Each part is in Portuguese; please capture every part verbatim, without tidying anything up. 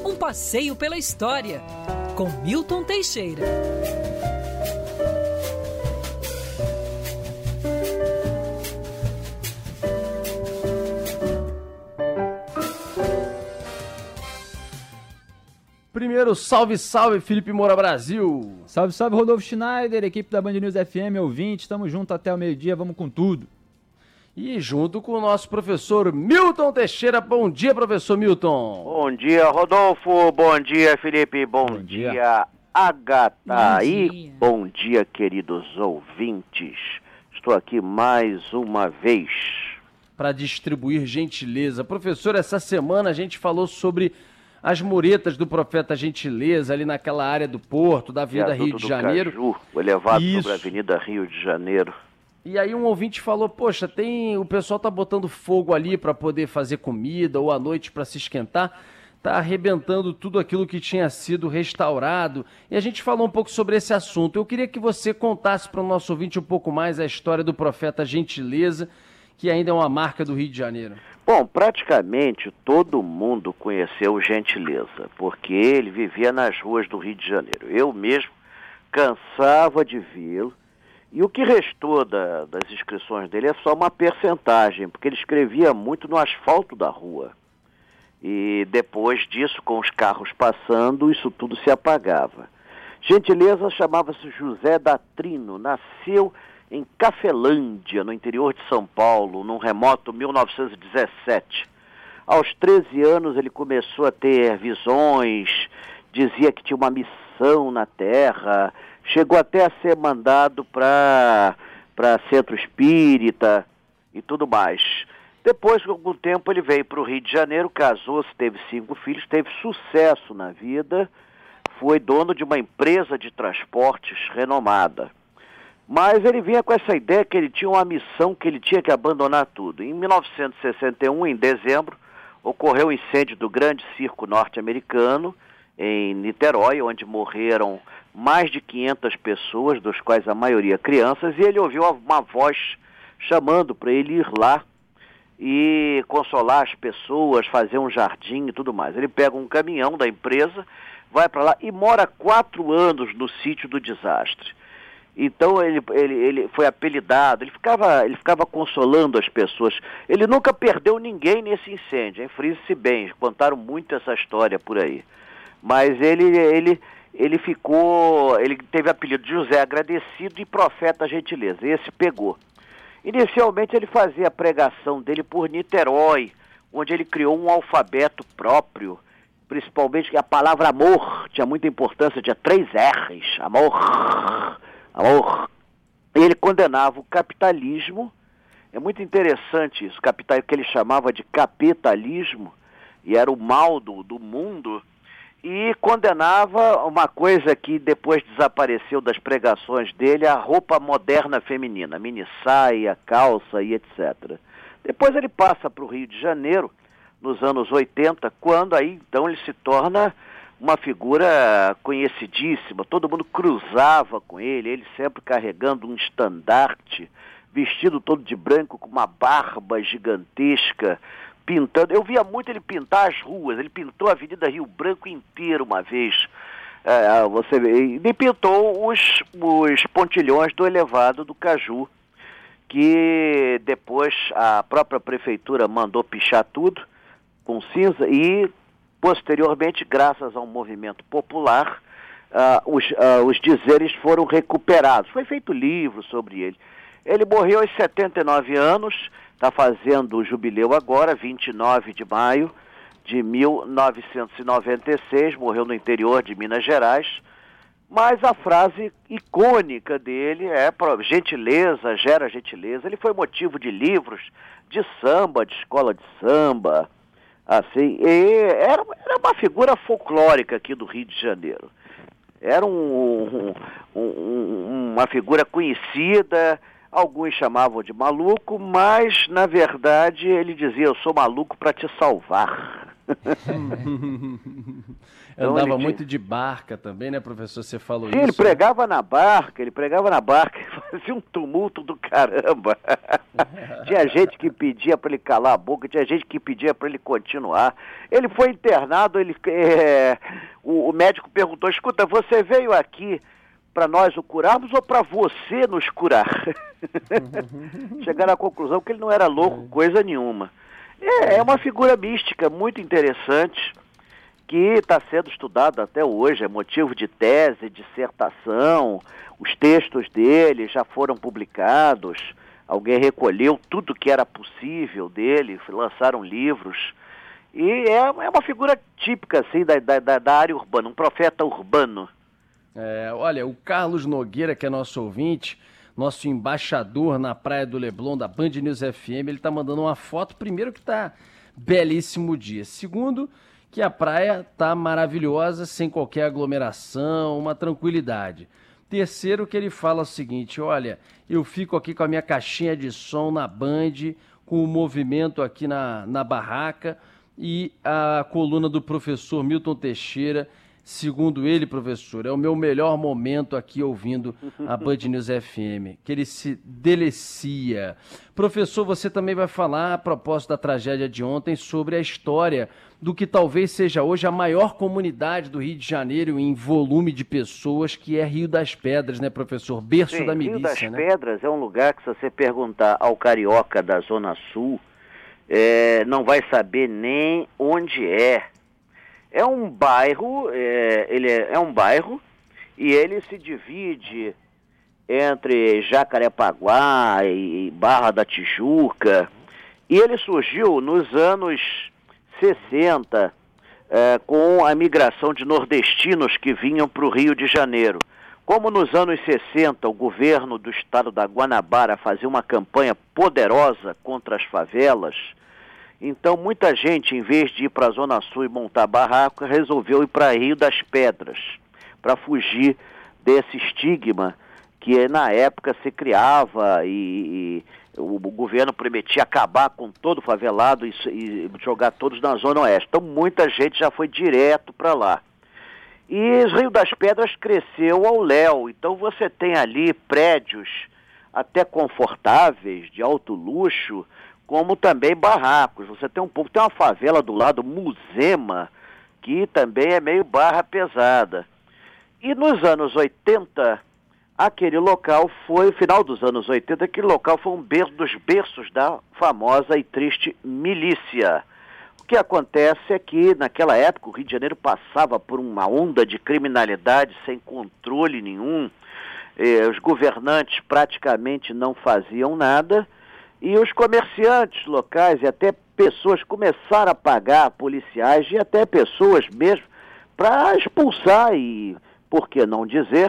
Um passeio pela história, com Milton Teixeira. Primeiro, salve, salve, Felipe Moura Brasil. Salve, salve, Rodolfo Schneider, equipe da Band News F M, ouvinte, estamos juntos até o meio-dia, vamos com tudo. E junto com o nosso professor Milton Teixeira. Bom dia, professor Milton. Bom dia, Rodolfo. Bom dia, Felipe. Bom, bom dia, dia, Agatha. Bom e dia. Bom dia, queridos ouvintes. Estou aqui mais uma vez para distribuir gentileza. Professor, essa semana a gente falou sobre as muretas do Profeta Gentileza, ali naquela área do Porto, da Avenida Rio de Janeiro. Caju, o elevado Isso. sobre a Avenida Rio de Janeiro. E aí um ouvinte falou, poxa, tem, o pessoal tá botando fogo ali para poder fazer comida ou à noite para se esquentar, tá arrebentando tudo aquilo que tinha sido restaurado. E a gente falou um pouco sobre esse assunto. Eu queria que você contasse para o nosso ouvinte um pouco mais a história do Profeta Gentileza, que ainda é uma marca do Rio de Janeiro. Bom, praticamente todo mundo conheceu o Gentileza, porque ele vivia nas ruas do Rio de Janeiro. Eu mesmo cansava de vê-lo. E o que restou da, das inscrições dele é só uma percentagem, porque ele escrevia muito no asfalto da rua. E depois disso, com os carros passando, isso tudo se apagava. Gentileza chamava-se José Datrino, nasceu em Cafelândia, no interior de São Paulo, num remoto mil novecentos e dezessete. Aos treze anos ele começou a ter visões, dizia que tinha uma missão na Terra, chegou até a ser mandado para para centro espírita e tudo mais. Depois, com algum tempo, ele veio para o Rio de Janeiro, casou-se, teve cinco filhos, teve sucesso na vida, foi dono de uma empresa de transportes renomada. Mas ele vinha com essa ideia que ele tinha uma missão, que ele tinha que abandonar tudo. Em mil novecentos e sessenta e um, em dezembro, ocorreu o incêndio do grande circo norte-americano, em Niterói, onde morreram mais de quinhentas pessoas, dos quais a maioria crianças, e ele ouviu uma voz chamando para ele ir lá e consolar as pessoas, fazer um jardim e tudo mais. Ele pega um caminhão da empresa, vai para lá e mora quatro anos no sítio do desastre. Então ele, ele, ele foi apelidado, ele ficava, ele ficava consolando as pessoas. Ele nunca perdeu ninguém nesse incêndio, hein? Frise-se bem, contaram muito essa história por aí. Mas ele, ele, ele ficou, ele teve apelido de José Agradecido e Profeta Gentileza, esse pegou. Inicialmente ele fazia a pregação dele por Niterói, onde ele criou um alfabeto próprio, principalmente a palavra amor tinha muita importância, tinha três R's, amor, amor. Ele condenava o capitalismo, é muito interessante isso, capital, que ele chamava de capitalismo, e era o mal do, do mundo, e condenava uma coisa que depois desapareceu das pregações dele, a roupa moderna feminina, mini saia, calça e etcétera. Depois ele passa para o Rio de Janeiro, nos anos oitenta, quando aí então ele se torna uma figura conhecidíssima, todo mundo cruzava com ele, ele sempre carregando um estandarte, vestido todo de branco, com uma barba gigantesca, pintando. Eu via muito ele pintar as ruas, ele pintou a Avenida Rio Branco inteira uma vez, é, você vê, e pintou os, os pontilhões do elevado do Caju, que depois a própria prefeitura mandou pichar tudo com cinza e, posteriormente, graças a um movimento popular, uh, os, uh, os dizeres foram recuperados. Foi feito livro sobre ele. Ele morreu aos setenta e nove anos, está fazendo o jubileu agora, vinte e nove de maio de mil novecentos e noventa e seis, morreu no interior de Minas Gerais, mas a frase icônica dele é gentileza, gera gentileza. Ele foi motivo de livros de samba, de escola de samba, assim, e era, era uma figura folclórica aqui do Rio de Janeiro. Era um, um, um, uma figura conhecida, alguns chamavam de maluco, mas, na verdade, ele dizia, eu sou maluco para te salvar. Então, Andava ele muito tinha- de barca também, né, professor? Você falou Sim, ele isso, né? pregava na barca, ele pregava na barca e fazia um tumulto do caramba. Tinha gente que pedia para ele calar a boca, tinha gente que pedia para ele continuar. Ele foi internado, ele, é, o, o médico perguntou, escuta, você veio aqui para nós o curarmos ou para você nos curar? Chegaram à conclusão que ele não era louco, coisa nenhuma. É, é uma figura mística muito interessante, que está sendo estudado até hoje, é motivo de tese, dissertação, os textos dele já foram publicados, alguém recolheu tudo que era possível dele, lançaram livros, e é, é uma figura típica assim, da, da, da área urbana, um profeta urbano. É, olha, o Carlos Nogueira, que é nosso ouvinte, nosso embaixador na Praia do Leblon, da Band News F M, ele está mandando uma foto, primeiro que está belíssimo o dia, segundo que a praia tá maravilhosa, sem qualquer aglomeração, uma tranquilidade. Terceiro, que ele fala o seguinte, olha, eu fico aqui com a minha caixinha de som na Band, com o movimento aqui na, na barraca e a coluna do professor Milton Teixeira, segundo ele, professor, é o meu melhor momento aqui ouvindo a Band News F M, que ele se delicia. Professor, você também vai falar, a propósito da tragédia de ontem, sobre a história do que talvez seja hoje a maior comunidade do Rio de Janeiro em volume de pessoas, que é Rio das Pedras, né, professor? Berço Sim, da milícia, Rio das né? Pedras é um lugar que, se você perguntar ao carioca da Zona Sul, é, não vai saber nem onde é. É um bairro, é, ele é, é um bairro e ele se divide entre Jacarepaguá e Barra da Tijuca, e ele surgiu nos anos sessenta, é, com a migração de nordestinos que vinham para o Rio de Janeiro. Como nos anos sessenta o governo do estado da Guanabara fazia uma campanha poderosa contra as favelas, então muita gente, em vez de ir para a Zona Sul e montar barraco, resolveu ir para Rio das Pedras, para fugir desse estigma que na época se criava e, e o, o governo prometia acabar com todo o favelado e, e jogar todos na Zona Oeste. Então muita gente já foi direto para lá. E o Rio das Pedras cresceu ao léu, então você tem ali prédios até confortáveis, de alto luxo, como também barracos. Você tem um pouco, tem uma favela do lado, Muzema, que também é meio barra pesada. E nos anos oitenta, aquele local foi, final dos anos oitenta, aquele local foi um berço dos berços da famosa e triste milícia. O que acontece é que, naquela época, o Rio de Janeiro passava por uma onda de criminalidade sem controle nenhum, eh, os governantes praticamente não faziam nada, e os comerciantes locais e até pessoas começaram a pagar policiais e até pessoas mesmo para expulsar e, por que não dizer,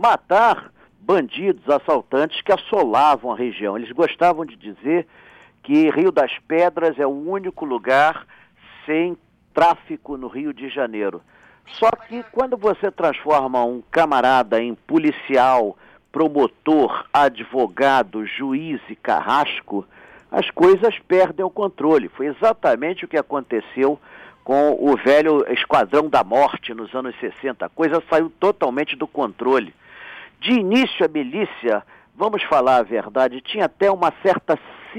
matar bandidos, assaltantes que assolavam a região. Eles gostavam de dizer que Rio das Pedras é o único lugar sem tráfico no Rio de Janeiro. Só que quando você transforma um camarada em policial, promotor, advogado, juiz e carrasco, as coisas perdem o controle. Foi exatamente o que aconteceu com o velho Esquadrão da Morte nos anos sessenta. A coisa saiu totalmente do controle. De início, a milícia, vamos falar a verdade, tinha até uma certa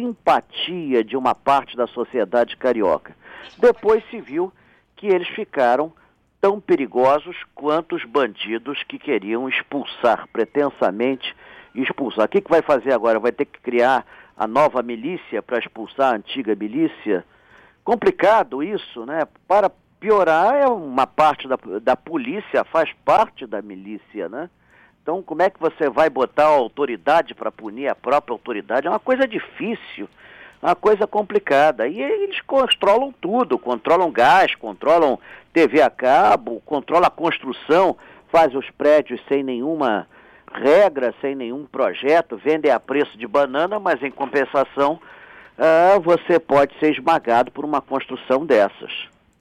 simpatia de uma parte da sociedade carioca. Depois se viu que eles ficaram tão perigosos quanto os bandidos que queriam expulsar, pretensamente expulsar. O que, que vai fazer agora? Vai ter que criar a nova milícia para expulsar a antiga milícia? Complicado isso, né? Para piorar, é uma parte da, da polícia faz parte da milícia, né? Então, como é que você vai botar a autoridade para punir a própria autoridade? É uma coisa difícil, uma coisa complicada. E eles controlam tudo, controlam gás, controlam T V a cabo, controlam a construção, fazem os prédios sem nenhuma regra, sem nenhum projeto, vendem a preço de banana, mas em compensação ah, você pode ser esmagado por uma construção dessas.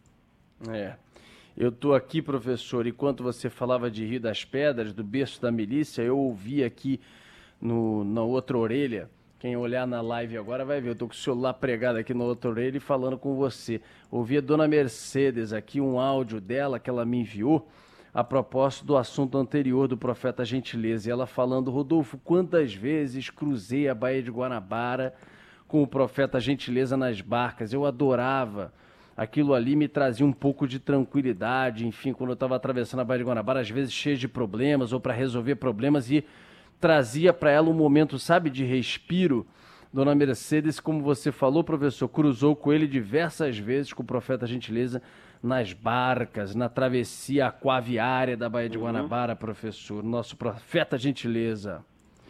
É. Eu estou aqui, professor, enquanto você falava de Rio das Pedras, do berço da milícia, eu ouvi aqui no, na outra orelha Quem olhar na live agora vai ver, eu tô com o celular pregado aqui no outro orelha e falando com você. Ouvi a dona Mercedes aqui, um áudio dela que ela me enviou a propósito do assunto anterior do Profeta Gentileza. E ela falando, Rodolfo, quantas vezes cruzei a Baía de Guanabara com o Profeta Gentileza nas barcas. Eu adorava. Aquilo ali me trazia um pouco de tranquilidade, enfim, quando eu estava atravessando a Baía de Guanabara, às vezes cheio de problemas ou para resolver problemas, e trazia para ela um momento, sabe, de respiro. Dona Mercedes, como você falou, professor, cruzou com ele diversas vezes, com o Profeta Gentileza, nas barcas, na travessia aquaviária da Baía de uhum. Guanabara, professor, nosso Profeta Gentileza.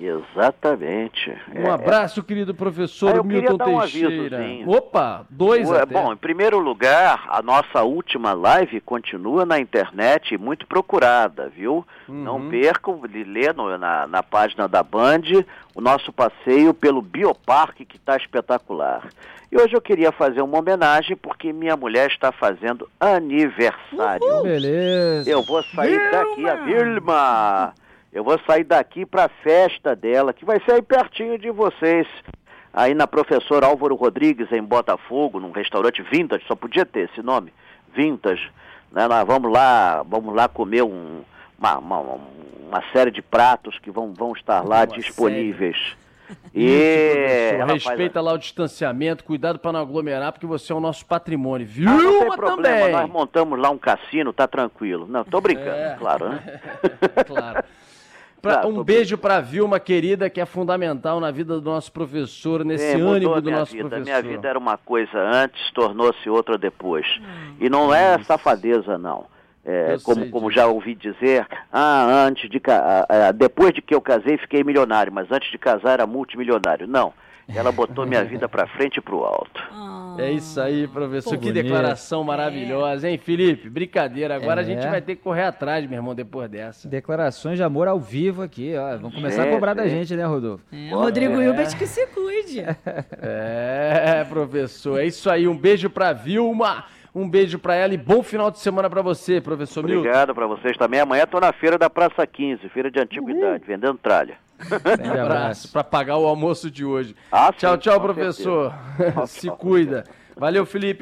Exatamente. Um é, abraço, querido professor ah, Milton Teixeira. Um Opa, dois o, até. Bom, em primeiro lugar, a nossa última live continua na internet, muito procurada, viu? Uhum. Não percam de ler no, na, na página da Band o nosso passeio pelo Bioparque, que está espetacular. E hoje eu queria fazer uma homenagem porque minha mulher está fazendo aniversário. Uhul. Beleza. Eu vou sair Vilma. daqui, a Vilma. Eu vou sair daqui para a festa dela, que vai ser aí pertinho de vocês. Aí na Professor Álvaro Rodrigues, em Botafogo, num restaurante Vintage, só podia ter esse nome, Vintage. Né? Nós vamos lá, vamos lá comer um, uma, uma, uma série de pratos que vão, vão estar lá uma disponíveis. Série. E Isso, respeita faz... lá o distanciamento, cuidado para não aglomerar, porque você é o nosso patrimônio, viu? Ah, não tem problema, também. Nós montamos lá um cassino, tá tranquilo. Não, tô brincando, é. claro, né? Claro. Pra, um beijo para a Vilma, querida, que é fundamental na vida do nosso professor, nesse é, ânimo do nosso vida. professor. Minha vida era uma coisa antes, tornou-se outra depois. Hum, e não é isso. Safadeza, não. É, como, como já ouvi dizer, ah, antes de ah, ah, depois de que eu casei fiquei milionário, mas antes de casar era multimilionário. Não, ela botou minha vida para frente e para o alto. É isso aí, professor. Pô, que bonito. Declaração maravilhosa, hein, Felipe? Brincadeira. Agora é. a gente vai ter que correr atrás, meu irmão, depois dessa. Declarações de amor ao vivo aqui, ó. Vamos começar é, a cobrar é. da gente, né, Rodolfo? É, Rodrigo é. Hilbert que se cuide. É, professor. É isso aí. Um beijo pra Vilma. Um beijo pra ela e bom final de semana pra você, professor Milton. Obrigado pra vocês também. Amanhã tô na feira da Praça quinze, feira de antiguidade, uhum. vendendo tralha. Um abraço para pagar o almoço de hoje. Ah, tchau, sim, tchau, professor. Tchau, Se tchau. cuida. Valeu, Felipe.